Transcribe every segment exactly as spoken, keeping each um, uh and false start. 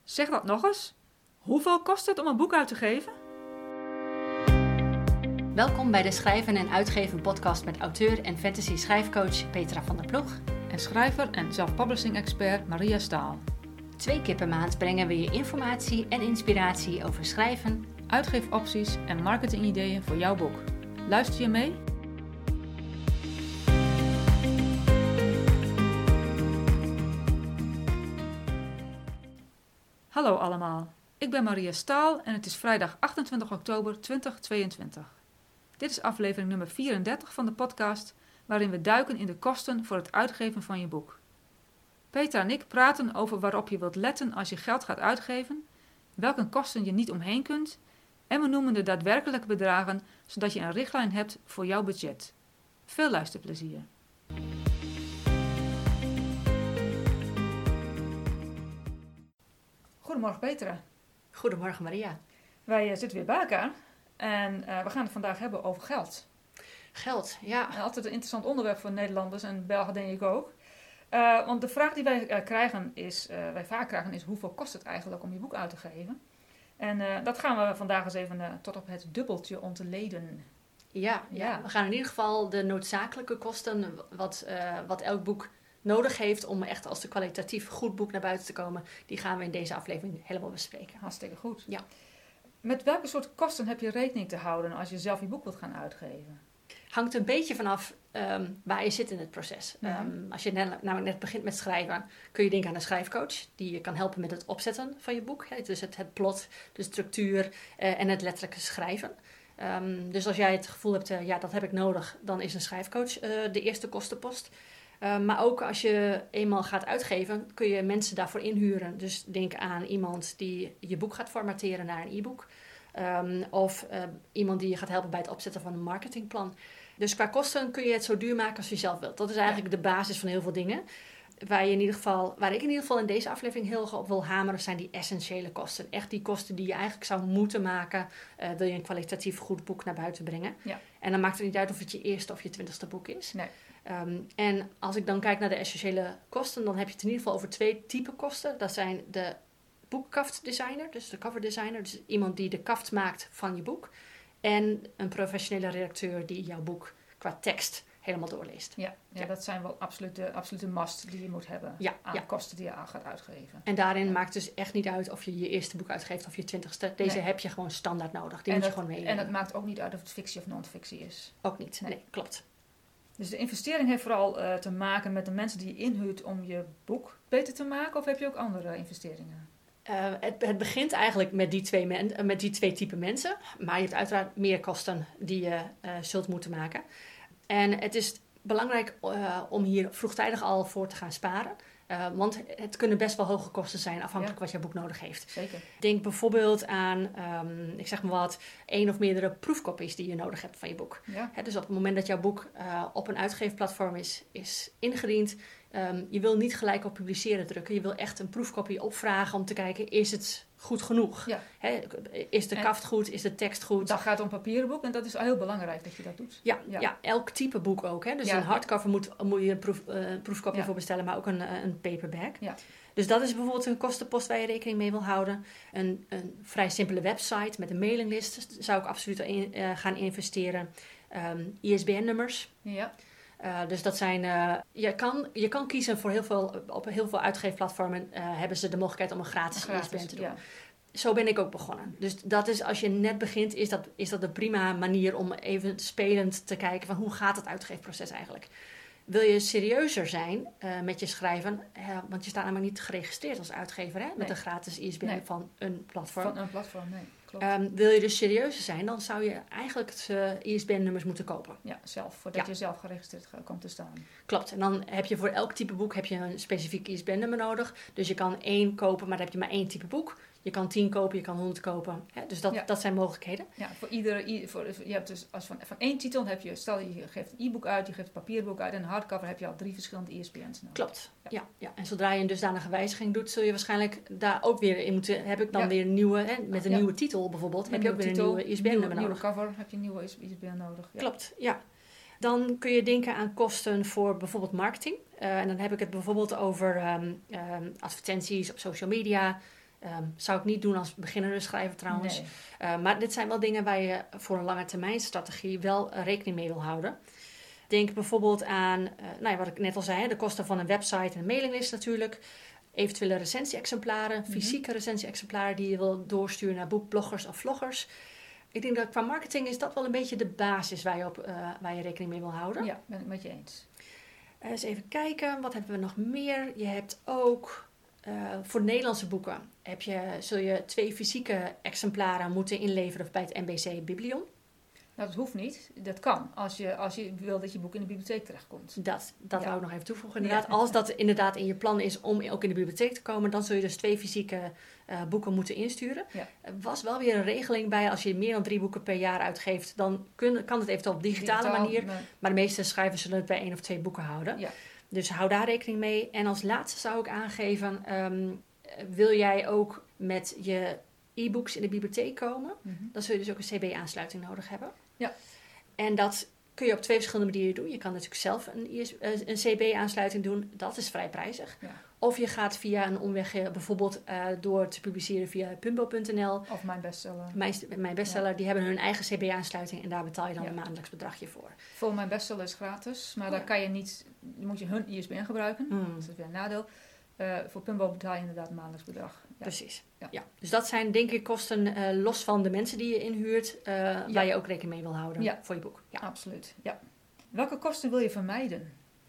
Zeg dat nog eens. Hoeveel kost het om een boek uit te geven? Welkom bij de Schrijven en Uitgeven podcast met auteur en fantasy schrijfcoach Petra van der Ploeg. En schrijver en self-publishing expert Maria Staal. Twee keer per maand brengen we je informatie en inspiratie over schrijven, uitgeefopties en marketingideeën voor jouw boek. Luister je mee? Hallo allemaal, ik ben Maria Staal en het is vrijdag achtentwintig oktober tweeduizend tweeëntwintig. Dit is aflevering nummer vierendertig van de podcast, waarin we duiken in de kosten voor het uitgeven van je boek. Petra en ik praten over waarop je wilt letten als je geld gaat uitgeven, welke kosten je niet omheen kunt, en we noemen de daadwerkelijke bedragen, zodat je een richtlijn hebt voor jouw budget. Veel luisterplezier. Goedemorgen Petra. Goedemorgen Maria. Wij uh, zitten weer bij elkaar en uh, we gaan het vandaag hebben over geld. Geld, ja. En altijd een interessant onderwerp voor Nederlanders en Belgen denk ik ook. Uh, want de vraag die wij uh, krijgen is, uh, wij vaak krijgen is, hoeveel kost het eigenlijk om je boek uit te geven? En uh, dat gaan we vandaag eens even uh, tot op het dubbeltje ontleden. Ja, ja. ja, we gaan in ieder geval de noodzakelijke kosten, wat, uh, wat elk boek nodig heeft om echt als een kwalitatief goed boek naar buiten te komen, die gaan we in deze aflevering helemaal bespreken. Hartstikke goed. Ja. Met welke soort kosten heb je rekening te houden als je zelf je boek wilt gaan uitgeven? Hangt een beetje vanaf um, waar je zit in het proces. Ja. Um, als je net, namelijk net begint met schrijven, kun je denken aan een schrijfcoach die je kan helpen met het opzetten van je boek. Hè? Dus het, het plot, de structuur uh, en het letterlijke schrijven. Um, dus als jij het gevoel hebt, uh, ja, dat heb ik nodig, dan is een schrijfcoach uh, de eerste kostenpost. Uh, maar ook als je eenmaal gaat uitgeven, kun je mensen daarvoor inhuren. Dus denk aan iemand die je boek gaat formateren naar een e-book. Um, of uh, iemand die je gaat helpen bij het opzetten van een marketingplan. Dus qua kosten kun je het zo duur maken als je zelf wilt. Dat is eigenlijk ja. de basis van heel veel dingen. Waar, je in ieder geval, waar ik in ieder geval in deze aflevering heel erg op wil hameren, zijn die essentiële kosten. Echt die kosten die je eigenlijk zou moeten maken, uh, wil je een kwalitatief goed boek naar buiten brengen. Ja. En dan maakt het niet uit of het je eerste of je twintigste boek is. Nee. Um, en als ik dan kijk naar de essentiële kosten, dan heb je het in ieder geval over twee typen kosten. Dat zijn de boekkaftdesigner, dus de cover designer. Dus iemand die de kaft maakt van je boek. En een professionele redacteur die jouw boek qua tekst helemaal doorleest. Ja, ja, ja. Dat zijn wel absoluut de absolute must die je moet hebben ja, aan ja. kosten die je aan gaat uitgeven. En daarin ja. maakt het dus echt niet uit of je je eerste boek uitgeeft of je twintigste. Deze nee. heb je gewoon standaard nodig. Die en moet dat, je gewoon mee. En het maakt ook niet uit of het fictie of non-fictie is. Ook niet, nee, nee klopt. Dus de investering heeft vooral uh, te maken met de mensen die je inhuurt om je boek beter te maken? Of heb je ook andere investeringen? Uh, het, het begint eigenlijk met die, twee men, met die twee typen mensen. Maar je hebt uiteraard meer kosten die je uh, zult moeten maken. En het is belangrijk uh, om hier vroegtijdig al voor te gaan sparen. Uh, want het kunnen best wel hoge kosten zijn afhankelijk ja. wat jouw boek nodig heeft. Zeker. Denk bijvoorbeeld aan, um, ik zeg maar wat, één of meerdere proefkopies die je nodig hebt van je boek. Ja. He, dus op het moment dat jouw boek uh, op een uitgeefplatform is, is ingediend, um, je wil niet gelijk op publiceren drukken. Je wil echt een proefkopie opvragen om te kijken, is het goed genoeg? Ja. He, is de kaft goed? Is de tekst goed? Dat gaat om papieren boek en dat is heel belangrijk dat je dat doet. Ja, ja. ja elk type boek ook. Hè? Dus ja. een hardcover moet, moet je een proef, uh, proefkopie ja. voor bestellen, maar ook een, uh, een paperback. Ja. Dus dat is bijvoorbeeld een kostenpost waar je rekening mee wil houden. Een, een vrij simpele website met een mailinglist zou ik absoluut in, uh, gaan investeren. Um, I S B N-nummers. Ja. Uh, dus dat zijn, uh, je, kan, je kan kiezen voor heel veel, op heel veel uitgeefplatformen uh, hebben ze de mogelijkheid om een gratis, een gratis I S B N te doen. Ja. Zo ben ik ook begonnen. Dus dat is, als je net begint, is dat, is dat een prima manier om even spelend te kijken van hoe gaat het uitgeefproces eigenlijk. Wil je serieuzer zijn uh, met je schrijven, uh, want je staat namelijk niet geregistreerd als uitgever hè, met nee. een gratis I S B N nee. van een platform. Van een platform, nee. Klopt. Um, wil je dus serieuzer zijn, dan zou je eigenlijk het uh, I S B N-nummers moeten kopen. Ja, zelf, voordat ja. je zelf geregistreerd komt te staan. Klopt, en dan heb je voor elk type boek heb je een specifiek I S B N-nummer nodig. Dus je kan één kopen, maar dan heb je maar één type boek. Je kan tien kopen, je kan honderd kopen. Hè? Dus dat, ja. dat zijn mogelijkheden. Ja, voor iedere, voor, je hebt dus als van, van één titel heb je, stel je geeft een e-book uit, je geeft een papierboek uit en een hardcover heb je al drie verschillende I S B N's nodig. Klopt, ja. ja, ja. En zodra je een dusdanige wijziging doet, zul je waarschijnlijk daar ook weer in moeten, heb ik dan ja. weer een nieuwe, hè, met een ja. nieuwe titel bijvoorbeeld, heb je ook weer titel, een nieuwe I S B N-nummer nodig. Nieuwe cover heb je een nieuwe I S B N nodig. Ja. Klopt, ja. Dan kun je denken aan kosten voor bijvoorbeeld marketing. Uh, en dan heb ik het bijvoorbeeld over um, um, advertenties op social media, Um, zou ik niet doen als beginnende schrijver trouwens. Nee. Uh, maar dit zijn wel dingen waar je voor een lange termijn strategie wel uh, rekening mee wil houden. Denk bijvoorbeeld aan, uh, nou ja, wat ik net al zei, de kosten van een website en een mailinglist natuurlijk. Eventuele recensie-exemplaren, mm-hmm. fysieke recensie-exemplaren die je wil doorsturen naar boekbloggers of vloggers. Ik denk dat qua marketing is dat wel een beetje de basis waar je, op, uh, waar je rekening mee wil houden. Ja, ben ik met je eens. Uh, eens even kijken, wat hebben we nog meer? Je hebt ook, uh, voor Nederlandse boeken, heb je, zul je twee fysieke exemplaren moeten inleveren bij het N B C Biblion. Nou, dat hoeft niet. Dat kan. Als je, als je wil dat je boek in de bibliotheek terechtkomt. Dat, dat ja. wou ik nog even toevoegen. Inderdaad, Ja. Als dat inderdaad in je plan is om ook in de bibliotheek te komen, dan zul je dus twee fysieke uh, boeken moeten insturen. Ja. Er was wel weer een regeling bij. Als je meer dan drie boeken per jaar uitgeeft, dan kun, kan het eventueel op digitale Digitaal, manier. Maar... maar de meeste schrijvers zullen het bij één of twee boeken houden. Ja. Dus hou daar rekening mee. En als laatste zou ik aangeven, um, wil jij ook met je e-books in de bibliotheek komen, mm-hmm. dan zul je dus ook een C B-aansluiting nodig hebben. Ja. En dat kun je op twee verschillende manieren doen. Je kan natuurlijk zelf een, een C B-aansluiting doen. Dat is vrij prijzig. Ja. Of je gaat via een omweg, bijvoorbeeld uh, door te publiceren via pumbo punt n l. Of Mijn Bestseller. Mijn, mijn Bestseller, ja. Die hebben hun eigen C B-aansluiting en daar betaal je dan ja. een maandelijks bedragje voor. Voor Mijn Bestseller is gratis, maar oh, daar ja. kan je niet, je moet je hun I S B N gebruiken. Mm. Dat is weer een nadeel. Uh, voor Pumbo betaal je inderdaad een maandelijks bedrag. Ja. Precies. Ja. Ja. Dus dat zijn denk ik kosten uh, los van de mensen die je inhuurt, uh, ja. waar je ook rekening mee wil houden ja. voor je boek. Ja, absoluut. Ja. Welke kosten wil je vermijden?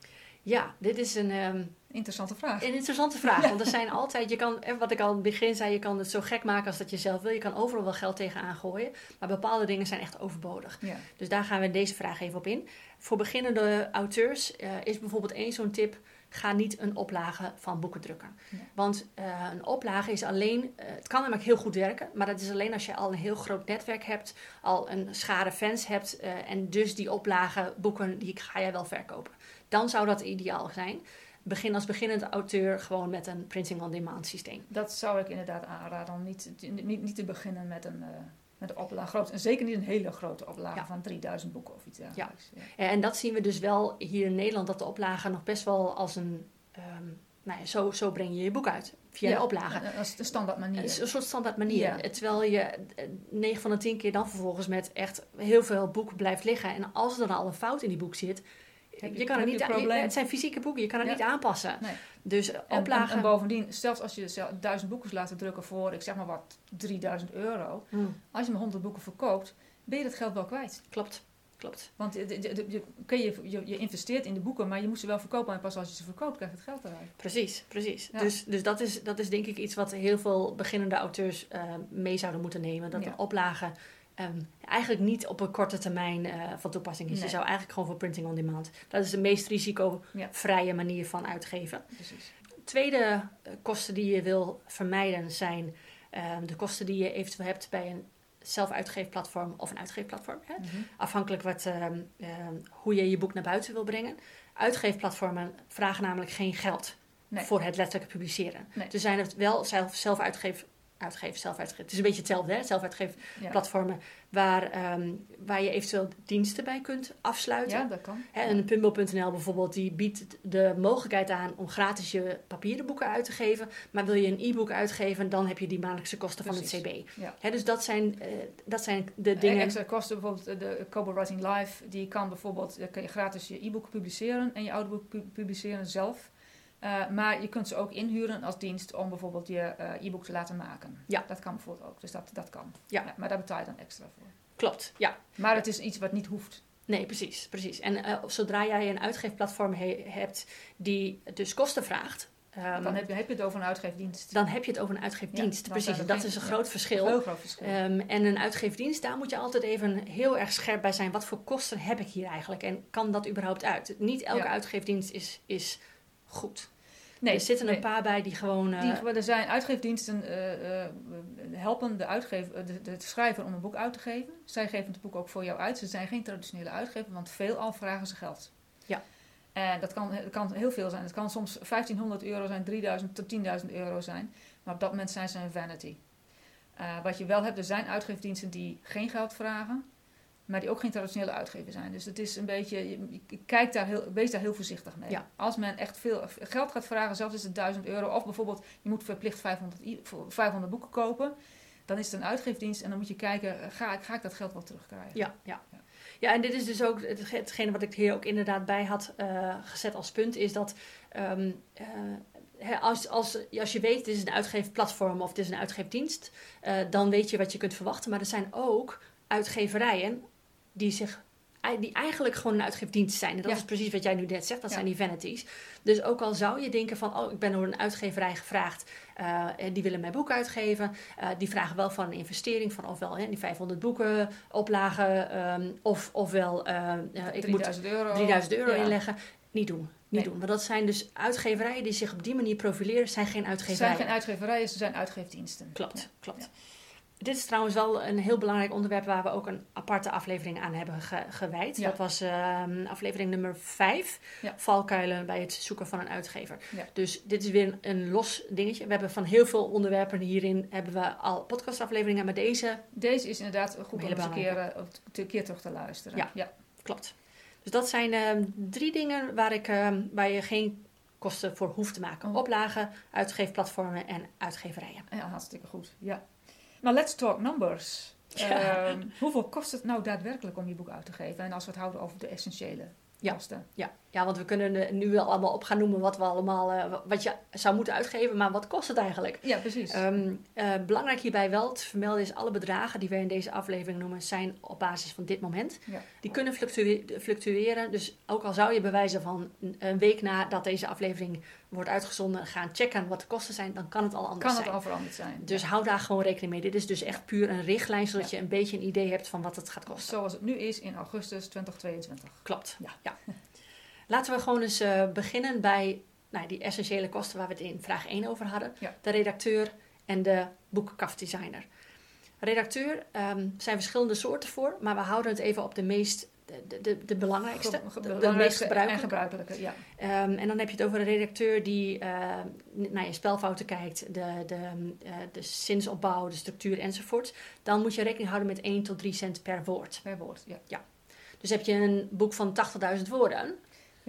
Ja, dit is een... Um, interessante vraag. Een interessante vraag, ja. Want er zijn altijd, je kan, wat ik al in het begin zei, je kan het zo gek maken als dat je zelf wil. Je kan overal wel geld tegenaan gooien, maar bepaalde dingen zijn echt overbodig. Ja. Dus daar gaan we in deze vraag even op in. Voor beginnende auteurs uh, is bijvoorbeeld één zo'n tip: ga niet een oplage van boeken drukken. Ja. Want uh, een oplage is alleen, uh, het kan namelijk heel goed werken, maar dat is alleen als je al een heel groot netwerk hebt, al een schare fans hebt uh, en dus die oplage boeken, die ga jij wel verkopen. Dan zou dat ideaal zijn. Begin als beginnend auteur gewoon met een printing-on-demand systeem. Dat zou ik inderdaad aanraden, om niet, niet, niet te beginnen met een... Uh... Met een oplage, groot, en zeker niet een hele grote oplage ja. van drieduizend boeken of iets dergelijks. Ja. Ja. En dat zien we dus wel hier in Nederland, dat de oplage nog best wel als een... Um, nou ja, zo, zo breng je je boek uit, via ja, de oplage. Dat is de standaard manier. Een soort standaard manier. Ja. Terwijl je negen van de tien keer dan vervolgens met echt heel veel boeken blijft liggen. En als er dan al een fout in die boek zit... Je, je kan er niet aan, je, het zijn fysieke boeken, je kan het ja. niet aanpassen. Nee. Dus oplagen... En, en, en bovendien, zelfs als je duizend boeken laat drukken voor, ik zeg maar wat, drieduizend euro. Hmm. Als je maar honderd boeken verkoopt, ben je dat geld wel kwijt. Klopt, klopt. Want je, je, je, je, je, je investeert in de boeken, maar je moet ze wel verkopen. En pas als je ze verkoopt, krijg je het geld eruit. Precies, precies. Ja. Dus, dus dat, is, dat is denk ik iets wat heel veel beginnende auteurs uh, mee zouden moeten nemen. Dat ja. de oplagen... Um, eigenlijk niet op een korte termijn uh, van toepassing is. Nee. Je zou eigenlijk gewoon voor printing on demand. Dat is de meest risicovrije ja. manier van uitgeven. Precies. Tweede uh, kosten die je wil vermijden zijn uh, de kosten die je eventueel hebt bij een zelfuitgeefplatform of een uitgeefplatform. Hè? Mm-hmm. Afhankelijk wat, uh, uh, hoe je je boek naar buiten wil brengen. Uitgeefplatformen vragen namelijk geen geld nee. voor het letterlijke publiceren. Nee. Er zijn er wel zelf, zelfuitgeef Uitgeven, zelfuitgeven. Het is een beetje hetzelfde, hè? Zelfuitgeefplatformen ja. waar, um, waar je eventueel diensten bij kunt afsluiten. Ja, dat kan. Hè, en pumbo punt n l bijvoorbeeld, die biedt de mogelijkheid aan om gratis je papieren boeken uit te geven. Maar wil je een e-book uitgeven, dan heb je die maandelijkse kosten Precies. van het C B. Ja. Hè, dus dat zijn, uh, dat zijn de dingen... Extra kosten, bijvoorbeeld de Kobo Writing Live, die kan bijvoorbeeld, dan kan je gratis je e-book publiceren en je audioboek pu- publiceren zelf. Uh, maar je kunt ze ook inhuren als dienst om bijvoorbeeld je uh, e-book te laten maken. Ja. Dat kan bijvoorbeeld ook, dus dat, dat kan. Ja. Ja, maar daar betaal je dan extra voor. Klopt, ja. Maar het is iets wat niet hoeft. Nee, precies, precies. En uh, zodra jij een uitgeefplatform he- hebt die dus kosten vraagt... Um, dan heb je, heb je het over een uitgeefdienst. Dan heb je het over een uitgeefdienst, ja, precies. Dat geen, is een ja, groot verschil. Een heel groot verschil. Um, en een uitgeefdienst, daar moet je altijd even heel erg scherp bij zijn. Wat voor kosten heb ik hier eigenlijk? En kan dat überhaupt uit? Niet elke ja. uitgeefdienst is, is goed. Nee, er zitten nee. een paar bij die gewoon... Uh... Die, er zijn uitgeefdiensten uh, uh, helpen de, uitgever, de, de schrijver om een boek uit te geven. Zij geven het boek ook voor jou uit. Ze zijn geen traditionele uitgever, want veelal vragen ze geld. Ja. En dat kan, dat kan heel veel zijn. Het kan soms vijftienhonderd euro zijn, drieduizend tot tienduizend euro zijn. Maar op dat moment zijn ze een vanity. Uh, wat je wel hebt, er zijn uitgeefdiensten die geen geld vragen. maar die ook geen traditionele uitgever zijn. Dus het is een beetje, je, je kijkt daar heel, wees daar heel voorzichtig mee. Ja. Als men echt veel geld gaat vragen, zelfs is het duizend euro, of bijvoorbeeld je moet verplicht vijfhonderd, vijfhonderd boeken kopen, dan is het een uitgeefdienst en dan moet je kijken, ga ik, ga ik dat geld wel terugkrijgen? Ja, ja. ja. Ja, en dit is dus ook hetgene wat ik hier ook inderdaad bij had uh, gezet als punt, is dat um, uh, als, als, als je weet, dit is een uitgeefplatform of dit is een uitgeefdienst, uh, dan weet je wat je kunt verwachten. Maar er zijn ook uitgeverijen die zich die eigenlijk gewoon een uitgeefdienst zijn. En dat ja. is precies wat jij nu net zegt, dat ja. zijn die vanities. Dus ook al zou je denken van, oh, ik ben door een uitgeverij gevraagd, uh, die willen mijn boek uitgeven. Uh, die vragen wel van een investering, van ofwel hè, die vijfhonderd boeken oplagen, um, of, ofwel uh, uh, ik drieduizend euro, drieduizend euro ja. inleggen. Niet doen. Niet nee. doen. Want dat zijn dus uitgeverijen die zich op die manier profileren, zijn geen uitgeverijen. Ze zijn geen uitgeverijen, ze zijn uitgeefdiensten. Klopt, ja. klopt. Ja. Dit is trouwens wel een heel belangrijk onderwerp waar we ook een aparte aflevering aan hebben ge- gewijd. Ja. Dat was uh, aflevering nummer vijf. Ja. Valkuilen bij het zoeken van een uitgever. Ja. Dus dit is weer een, een los dingetje. We hebben van heel veel onderwerpen hierin hebben we al podcastafleveringen. Maar deze... Deze is inderdaad goed om eens een keer, uh, een keer terug te luisteren. Ja, ja. Klopt. Dus dat zijn uh, drie dingen waar, ik, uh, waar je geen kosten voor hoeft te maken. Oh. Oplagen, uitgeefplatformen en uitgeverijen. Ja, hartstikke goed. Ja. Maar let's talk numbers. Ja. Uh, hoeveel kost het nou daadwerkelijk om je boek uit te geven? En als we het houden over de essentiële ja. kosten. Ja. ja, want we kunnen nu wel allemaal op gaan noemen wat we allemaal, uh, wat je zou moeten uitgeven, maar wat kost het eigenlijk? Ja, precies. Um, uh, belangrijk hierbij wel te vermelden is, alle bedragen die wij in deze aflevering noemen, zijn op basis van dit moment. Ja. Die kunnen fluctue- fluctueren, dus ook al zou je bewijzen van een week nadat deze aflevering wordt uitgezonden, gaan checken wat de kosten zijn, dan kan het al anders kan zijn. Kan het al veranderd zijn. Dus ja. hou daar gewoon rekening mee. Dit is dus echt puur een richtlijn, zodat ja. je een beetje een idee hebt van wat het gaat kosten. Zoals het nu is in augustus tweeduizend tweeëntwintig. Klopt, ja. ja. Laten we gewoon eens uh, beginnen bij nou, die essentiële kosten waar we het in vraag één over hadden. Ja. De redacteur en de boekkaftdesigner. Redacteur um, zijn verschillende soorten voor, maar we houden het even op de meest... De, de, de belangrijkste, Ge- de, de, de meest gebruikelijke. En gebruikelijke ja. um, en dan heb je het over een redacteur die uh, naar je spelfouten kijkt, de, de, uh, de zinsopbouw, de structuur enzovoort. Dan moet je rekening houden met één tot drie cent per woord. Per woord, ja. ja. Dus heb je een boek van tachtigduizend woorden.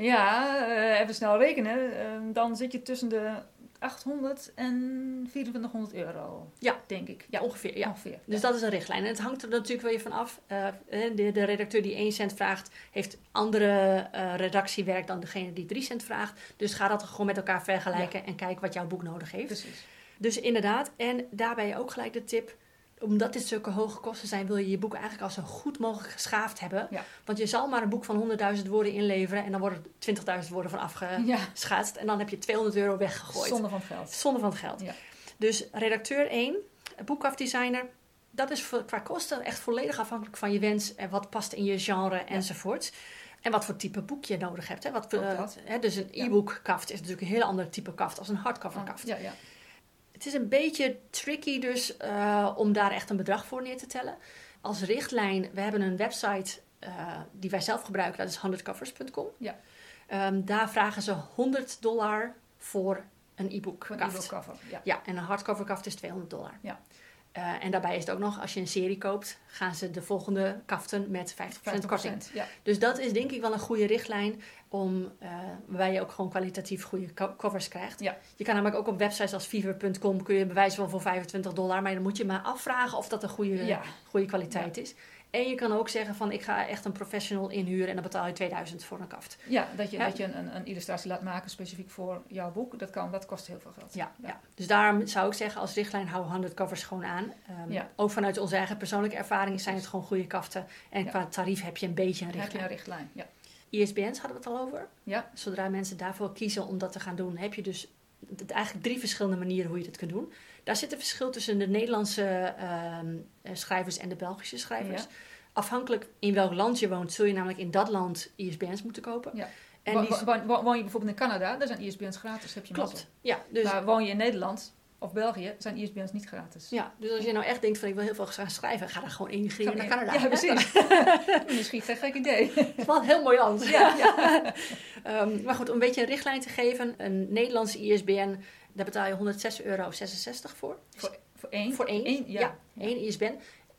Ja, uh, even snel rekenen. Uh, dan zit je tussen de achthonderd en vierentwintighonderd euro. Ja, denk ik. Ja, ongeveer. Ja. ongeveer dus ja. dat is een richtlijn. En het hangt er natuurlijk wel je van af. Uh, de, de redacteur die één cent vraagt, heeft andere uh, redactiewerk dan degene die drie cent vraagt. Dus ga dat gewoon met elkaar vergelijken ja. en kijk wat jouw boek nodig heeft. Precies. Dus inderdaad, en daarbij ook gelijk de tip, omdat dit zulke hoge kosten zijn, wil je je boek eigenlijk al zo goed mogelijk geschaafd hebben. Ja. Want je zal maar een boek van honderdduizend woorden inleveren en dan worden er twintigduizend woorden van afgeschaatst. Ja. En dan heb je tweehonderd euro weggegooid. Zonde van het geld. Zonde van het geld. Ja. Dus redacteur één, boekkaftdesigner, dat is qua kosten echt volledig afhankelijk van je wens en wat past in je genre ja. enzovoort. En wat voor type boek je nodig hebt. Hè. Wat, uh, hè, dus een ja. e-book kaft is natuurlijk een heel ander type kaft als een hardcover kaft. Ja, ja. Het is een beetje tricky dus uh, om daar echt een bedrag voor neer te tellen. Als richtlijn, we hebben een website uh, die wij zelf gebruiken, dat is honderd covers punt com. Ja. Um, daar vragen ze honderd dollar voor een e-book kaft. Een e-book cover, ja. Ja, en een hardcover kaft is tweehonderd dollar. Ja. Uh, en daarbij is het ook nog, als je een serie koopt, gaan ze de volgende kaften met vijftig procent korting. Ja. Dus dat is denk ik wel een goede richtlijn om, uh, waarbij je ook gewoon kwalitatief goede co- covers krijgt. Ja. Je kan namelijk ook op websites als fever punt com kun je bewijzen van voor vijfentwintig dollar, maar dan moet je maar afvragen of dat een goede, ja. goede kwaliteit ja. is. En je kan ook zeggen van ik ga echt een professional inhuren en dan betaal je tweeduizend voor een kaft. Ja, dat je, ja. dat je een, een illustratie laat maken specifiek voor jouw boek. Dat kan, dat kost heel veel geld. Ja, ja. ja. Dus daarom zou ik zeggen als richtlijn hou honderd covers gewoon aan. Um, ja. Ook vanuit onze eigen persoonlijke ervaring zijn het gewoon goede kaften. En ja. qua tarief heb je een beetje een richtlijn. Heb je een richtlijn, ja. I S B N's hadden we het al over. Ja. Zodra mensen daarvoor kiezen om dat te gaan doen, heb je dus eigenlijk drie verschillende manieren hoe je dat kunt doen. Daar zit een verschil tussen de Nederlandse um, schrijvers en de Belgische schrijvers. Ja. Afhankelijk in welk land je woont, zul je namelijk in dat land I S B N's moeten kopen. Ja. En wo- die... wo- wo- woon je bijvoorbeeld in Canada, daar zijn I S B N's gratis, heb je Klopt. Ja, dus... Maar woon je in Nederland of België, zijn I S B N's niet gratis. Ja, dus als je nou echt denkt van ik wil heel veel gaan schrijven, ga dan gewoon emigreren naar Canada. Ja, precies. Misschien geen gek idee. Het is wel een heel mooi land. Ja, ja. um, maar goed, om een beetje een richtlijn te geven, een Nederlandse I S B N, daar betaal je honderdzes euro zesenzestig voor. Voor, voor één? Voor één, Eén, ja. ja. Één I S B N.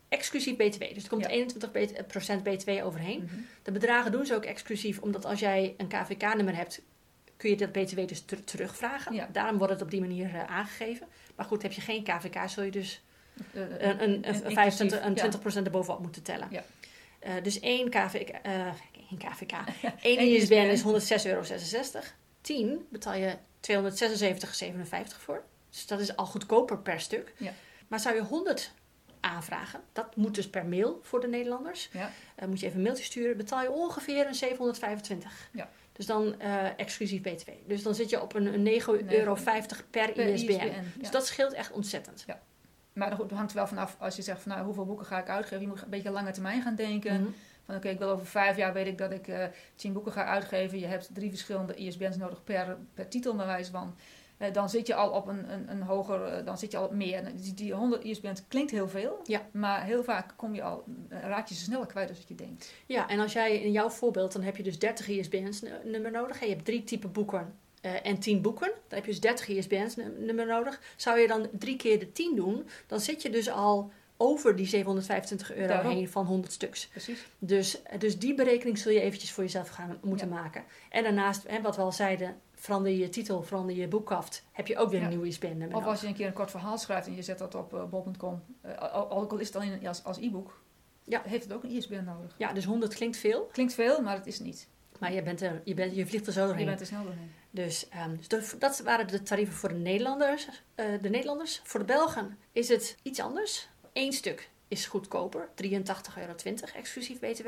exclusief B T W. Dus er komt Ja. eenentwintig procent B T W overheen. Mhm. De bedragen doen ze ook exclusief, omdat als jij een K V K-nummer hebt, kun je dat B T W dus ter- terugvragen. Ja. Daarom wordt het op die manier uh, aangegeven. Maar goed, heb je geen K V K, zul je dus Uh, een, een, een, inclusief, vijfentwintig, een ja. twintig procent erbovenop moeten tellen. Ja. Uh, dus één K V K, uh, één K V K, één Eén I S B N I S B N is honderdzes euro zesenzestig. tien betaal je tweehonderdzesenzeventig euro zevenenvijftig voor. Dus dat is al goedkoper per stuk. Ja. Maar zou je honderd aanvragen, dat moet dus per mail voor de Nederlanders. Ja. Uh, moet je even een mailtje sturen, betaal je ongeveer een zevenhonderdvijfentwintig. Ja. Dus dan uh, exclusief B T W. Dus dan zit je op een, een negen euro vijftig per, Per I S B N. I S B N, ja. Dus dat scheelt echt ontzettend. Ja. Maar goed, het hangt wel vanaf als je zegt van nou, hoeveel boeken ga ik uitgeven. Je moet een beetje lange termijn gaan denken. Mhm. Van oké, ik wil over vijf jaar weet ik dat ik uh, tien boeken ga uitgeven. Je hebt drie verschillende I S B N's nodig per, per titel bij wijze van. Uh, dan zit je al op een, een, een hoger, uh, dan zit je al op meer. Die, die honderd I S B N's klinkt heel veel. Ja. Maar heel vaak kom je al, uh, raak je ze sneller kwijt dan dat je denkt. Ja, en als jij in jouw voorbeeld, dan heb je dus dertig I S B N's nummer nodig. En je hebt drie typen boeken uh, en tien boeken. Dan heb je dus dertig I S B N's nummer nodig. Zou je dan drie keer de tien doen, dan zit je dus al over die zevenhonderdvijfentwintig euro Daarom. heen van honderd stuks. Precies. Dus, dus die berekening zul je eventjes voor jezelf gaan moeten Ja. maken. En daarnaast, hè, wat we al zeiden, verander je titel, verander je boekkaft, heb je ook weer Ja. een nieuw I S B N-nummer Of nodig. als je een keer een kort verhaal schrijft en je zet dat op uh, bol punt com. Uh, al, al is het dan in, als, als e-book. Ja. Heeft het ook een I S B N nodig. Ja, dus honderd klinkt veel, Klinkt veel, maar het is niet. maar je, bent er, je, bent, je vliegt er zo doorheen. Je bent er snel doorheen. Dus, um, dus de, dat waren de tarieven voor de Nederlanders. Uh, de Nederlanders. Voor de Belgen is het iets anders. Eén stuk is goedkoper, drieëntachtig euro twintig, exclusief B T W.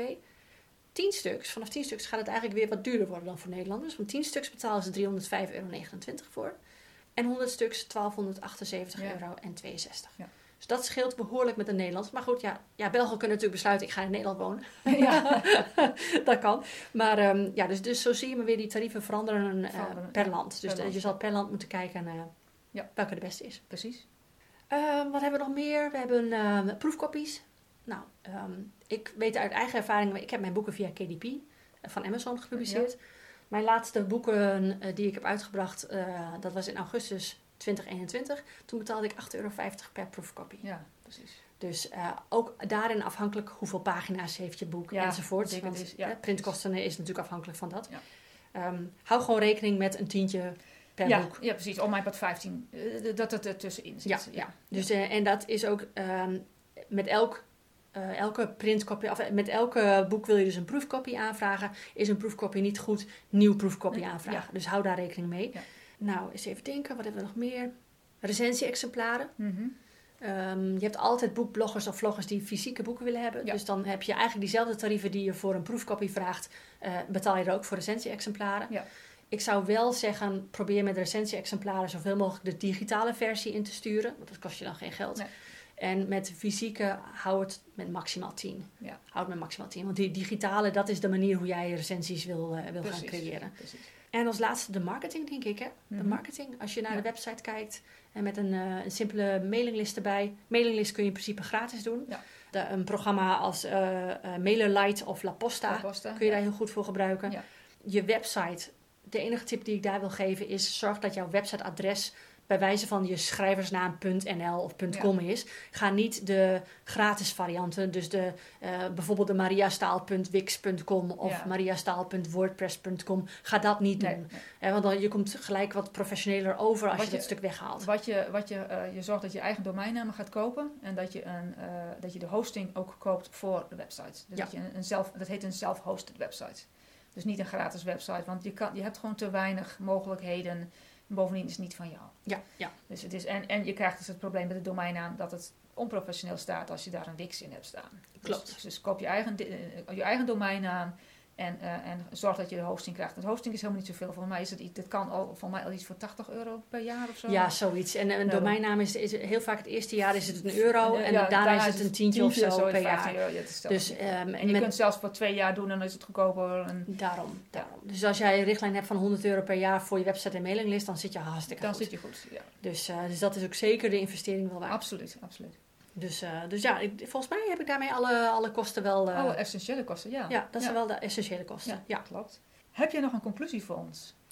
tien stuks, vanaf tien stuks gaat het eigenlijk weer wat duurder worden dan voor Nederlanders. Want tien stuks betalen ze driehonderdvijf euro negenentwintig voor. En honderd stuks twaalfhonderdachtenzeventig euro en tweeënzestig. Ja. Dus dat scheelt behoorlijk met de Nederlands. Maar goed, ja, ja, Belgen kunnen natuurlijk besluiten, ik ga in Nederland wonen. Ja. Dat kan. Maar um, ja, dus, dus zo zie je maar weer die tarieven veranderen, uh, Veranderen, per ja. land. Dus Per de, land. je zal per land moeten kijken uh, Ja. welke de beste is. Precies. Uh, wat hebben we nog meer? We hebben uh, proefkopies. Nou, um, ik weet uit eigen ervaring, ik heb mijn boeken via K D P uh, van Amazon gepubliceerd. Ja. Mijn laatste boeken uh, die ik heb uitgebracht, uh, dat was in augustus twintig eenentwintig. Toen betaalde ik acht euro vijftig per proefkopie. Ja, precies. Dus uh, ook daarin afhankelijk hoeveel pagina's heeft je boek Ja, enzovoort. Want is, ja, uh, printkosten is natuurlijk afhankelijk van dat. Ja. Um, hou gewoon rekening met een tientje per ja, boek. Ja, precies. Om mijn pad vijftien, uh, dat het er tussenin zit. Ja, ja. ja. Dus, uh, en dat is ook um, met elk... Uh, elke printkopie, of met elke boek wil je dus een proefkopie aanvragen. Is een proefkopie niet goed, nieuw proefkopie aanvragen. Ja. Dus hou daar rekening mee. Ja. Nou, eens even denken, wat hebben we nog meer? Recensie-exemplaren. Mm-hmm. Um, je hebt altijd boekbloggers of vloggers die fysieke boeken willen hebben. Ja. Dus dan heb je eigenlijk diezelfde tarieven die je voor een proefkopie vraagt. Uh, betaal je er ook voor recensie-exemplaren. Ja. Ik zou wel zeggen, probeer met recensie-exemplaren zoveel mogelijk de digitale versie in te sturen. Want dat kost je dan geen geld. Nee. En met fysieke, hou het met maximaal tien. Ja. Hou het met maximaal tien. Want die digitale, dat is de manier hoe jij recensies wil, uh, wil gaan creëren. Precies. En als laatste de marketing, denk ik. Hè? Mm-hmm. De marketing. Als je naar ja. de website kijkt en met een, uh, een simpele mailinglist erbij. Mailinglist kun je in principe gratis doen. Ja. De, een programma als uh, uh, MailerLite of La Posta, La Posta kun je ja. daar heel goed voor gebruiken. Ja. Je website. De enige tip die ik daar wil geven is, zorg dat jouw websiteadres bij wijze van je schrijversnaam punt n l of .com ja. is. Ga niet de gratis varianten, dus de, uh, bijvoorbeeld de mariastaal punt wix punt com of ja. mariastaal punt wordpress punt com. Ga dat niet doen. Nee, nee. Ja, want dan, je komt gelijk wat professioneler over als wat je dat stuk weghaalt. Wat je, wat je, uh, je zorgt dat je eigen domeinnamen gaat kopen en dat je, een, uh, dat je de hosting ook koopt voor de website. Dus ja. dat, je een, een zelf, dat heet een self-hosted website. Dus niet een gratis website, want je, kan, je hebt gewoon te weinig mogelijkheden. Bovendien is het niet van jou. Ja, ja. Dus het is, en, en je krijgt dus het probleem met de domeinnaam dat het onprofessioneel staat als je daar een Wix in hebt staan. Klopt. Dus, dus koop je eigen, je eigen domeinnaam en, uh, en zorg dat je de hosting krijgt. Want hosting is helemaal niet zoveel. Voor mij is het iets, dat kan al, voor mij al iets voor tachtig euro per jaar of zo. Ja, zoiets. En een domeinnaam is, is heel vaak het eerste jaar is het een euro en, en ja, daarna, daarna is het een tientje, tientje of zo, zo per jaar. Euro, ja, dus, um, en je met, kunt zelfs voor twee jaar doen en dan is het goedkoper. En, daarom, daarom. Dus als jij een richtlijn hebt van honderd euro per jaar voor je website en mailinglist, dan zit je hartstikke dan goed. Dan zit je goed, ja. Dus, uh, dus dat is ook zeker de investering wel waard. Absoluut, absoluut. Dus, uh, dus ja, ik, volgens mij heb ik daarmee alle, alle kosten wel... Uh, alle essentiële kosten, ja. Ja, dat ja. zijn wel de essentiële kosten. Ja, ja, klopt. Heb je nog een conclusie voor ons?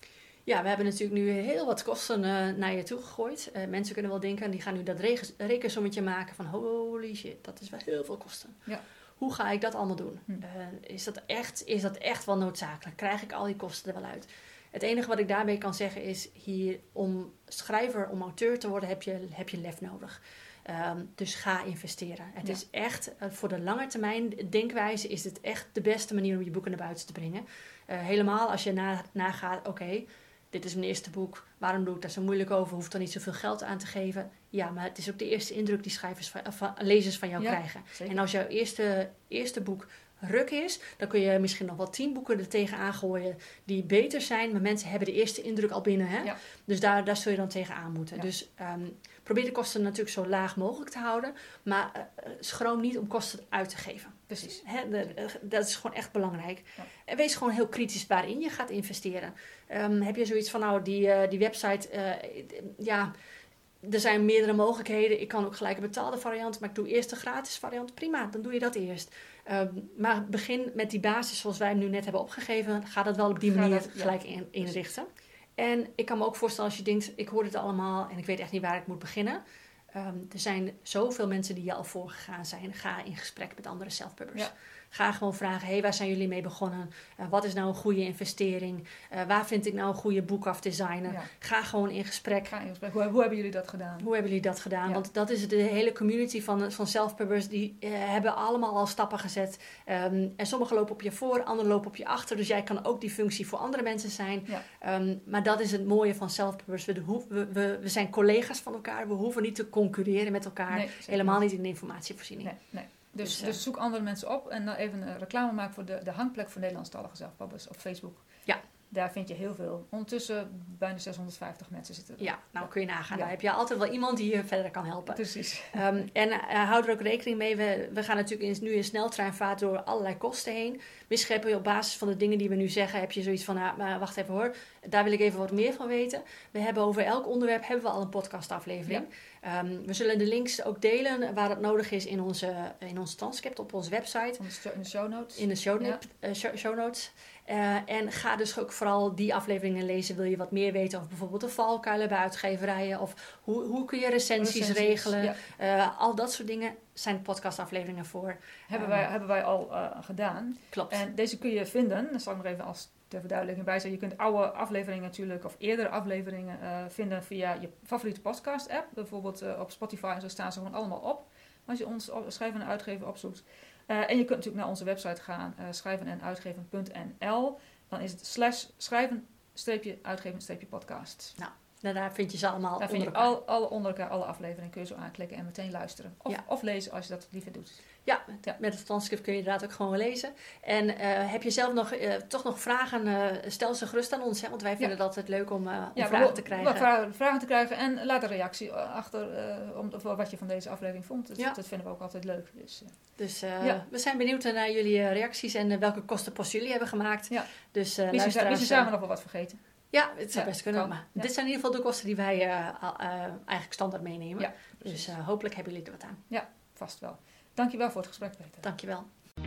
Ja, we hebben natuurlijk nu heel wat kosten uh, naar je toe gegooid. Uh, mensen kunnen wel denken, die gaan nu dat reken- rekensommetje maken van holy shit, dat is wel heel veel kosten. Ja. Hoe ga ik dat allemaal doen? Hm. Uh, is, dat echt, is dat echt wel noodzakelijk? Krijg ik al die kosten er wel uit? Het enige wat ik daarbij kan zeggen is, hier om schrijver, om auteur te worden, heb je, heb je lef nodig. Um, dus ga investeren. Het Ja. is echt, uh, voor de lange termijn denkwijze is het echt de beste manier om je boeken naar buiten te brengen. Uh, helemaal als je na, nagaat, oké, okay, dit is mijn eerste boek, waarom doe ik daar zo moeilijk over? Hoef er niet zoveel geld aan te geven. Ja, maar het is ook de eerste indruk die schrijvers van, van, lezers van jou ja, krijgen. Zeker. En als jouw eerste, eerste boek ruk is, dan kun je misschien nog wel tien boeken er tegenaan gooien die beter zijn, maar mensen hebben de eerste indruk al binnen. Hè? Ja. Dus daar, daar zul je dan tegenaan moeten. Ja. Dus um, probeer de kosten natuurlijk zo laag mogelijk te houden, maar uh, schroom niet om kosten uit te geven. Precies. Hè, de, uh, dat is gewoon echt belangrijk. Ja. En wees gewoon heel kritisch waarin je gaat investeren. Um, heb je zoiets van, nou, die, uh, die website, uh, ja, er zijn meerdere mogelijkheden. Ik kan ook gelijk een betaalde variant, maar ik doe eerst de gratis variant. Prima, dan doe je dat eerst. Um, maar begin met die basis zoals wij hem nu net hebben opgegeven. Ga dat wel op die Ga manier dat, ja. gelijk in, inrichten. En ik kan me ook voorstellen als je denkt, ik hoor dit allemaal en ik weet echt niet waar ik moet beginnen. Um, er zijn zoveel mensen die je al voorgegaan zijn. Ga in gesprek met andere self-pubbers. Ja. Ga gewoon vragen, hey, waar zijn jullie mee begonnen? Uh, wat is nou een goede investering? Uh, waar vind ik nou een goede boek af designen? Ja. Ga gewoon in gesprek. Ga in gesprek. Hoe, hoe hebben jullie dat gedaan? Hoe hebben jullie dat gedaan? Ja. Want dat is de hele community van, van self-pubbers. Die uh, hebben allemaal al stappen gezet. Um, en sommigen lopen op je voor, anderen lopen op je achter. Dus jij kan ook die functie voor andere mensen zijn. Ja. Um, maar dat is het mooie van self-pubbers. We, we, we, we zijn collega's van elkaar. We hoeven niet te concurreren met elkaar. Nee, helemaal niet in de informatievoorziening. Nee, nee. Dus, dus, dus zoek andere mensen op en dan even een reclame maken voor de, de hangplek voor Nederlandstalige self-pubbers op Facebook. Ja. Daar vind je heel veel. Ondertussen bijna zeshonderdvijftig mensen zitten er. Ja, nou kun je nagaan. Ja. Dan heb je altijd wel iemand die je verder kan helpen. Precies. Um, en uh, houd er ook rekening mee. We, we gaan natuurlijk in, nu in sneltreinvaart door allerlei kosten heen. Misschien heb je op basis van de dingen die we nu zeggen, heb je zoiets van, nou, maar wacht even hoor, daar wil ik even wat meer van weten. We hebben over elk onderwerp hebben we al een podcastaflevering. Ja. Um, we zullen de links ook delen waar het nodig is in onze, in onze transcript op onze website. In de show notes. In de show, ja. uh, show, show notes. Uh, en ga dus ook vooral die afleveringen lezen. Wil je wat meer weten over bijvoorbeeld de valkuilen bij uitgeverijen? Of hoe, hoe kun je recensies, recensies regelen? Ja. Uh, al dat soort dingen zijn podcastafleveringen voor. Hebben, um, wij, hebben wij al uh, gedaan. Klopt. En deze kun je vinden. Dan zal ik nog even als ter verduidelijking bij zeggen. Je kunt oude afleveringen natuurlijk, of eerdere afleveringen uh, vinden via je favoriete podcast app. Bijvoorbeeld uh, op Spotify en zo staan ze gewoon allemaal op. Als je ons op, schrijven en uitgeven opzoekt. Uh, en je kunt natuurlijk naar onze website gaan, uh, schrijven en uitgeven punt n l. Dan is het slash schrijven streepje uitgeven streepje podcast. Nou, daar vind je ze allemaal daar onder vind je al, alle onder elkaar, alle afleveringen kun je zo aanklikken en meteen luisteren. Of, ja. of lezen als je dat liever doet. Ja, ja, met het transcript kun je inderdaad ook gewoon lezen. En uh, heb je zelf nog, uh, toch nog vragen, uh, stel ze gerust aan ons. Hè, want wij vinden ja. het altijd leuk om, uh, om ja, vragen te krijgen. Vragen, vragen te krijgen en laat een reactie achter uh, om, of wat je van deze aflevering vond. Dus ja. Dat vinden we ook altijd leuk. Dus, uh, dus uh, ja. we zijn benieuwd naar jullie uh, reacties en uh, welke kostenposten jullie hebben gemaakt. Ja. Dus, uh, misschien zijn we nog wel wat vergeten. Ja, het zou ja, best kunnen. Maar ja. Dit zijn in ieder geval de kosten die wij uh, uh, eigenlijk standaard meenemen. Ja, dus uh, hopelijk hebben jullie er wat aan. Ja, vast wel. Dankjewel voor het gesprek, Peter. Dankjewel.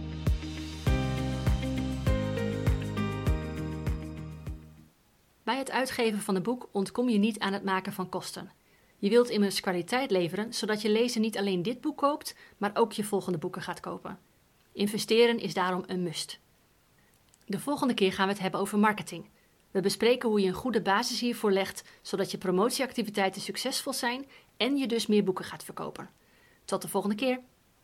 Bij het uitgeven van een boek ontkom je niet aan het maken van kosten. Je wilt immers kwaliteit leveren, zodat je lezer niet alleen dit boek koopt, maar ook je volgende boeken gaat kopen. Investeren is daarom een must. De volgende keer gaan we het hebben over marketing. We bespreken hoe je een goede basis hiervoor legt, zodat je promotieactiviteiten succesvol zijn en je dus meer boeken gaat verkopen. Tot de volgende keer.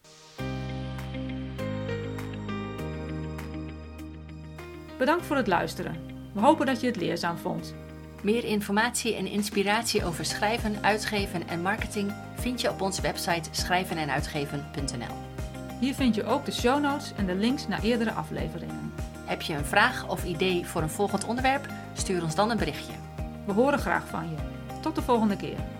Bedankt voor het luisteren. We hopen dat je het leerzaam vond. Meer informatie en inspiratie over schrijven, uitgeven en marketing vind je op onze website schrijven en uitgeven punt n l. Hier vind je ook de show notes en de links naar eerdere afleveringen. Heb je een vraag of idee voor een volgend onderwerp? Stuur ons dan een berichtje. We horen graag van je. Tot de volgende keer.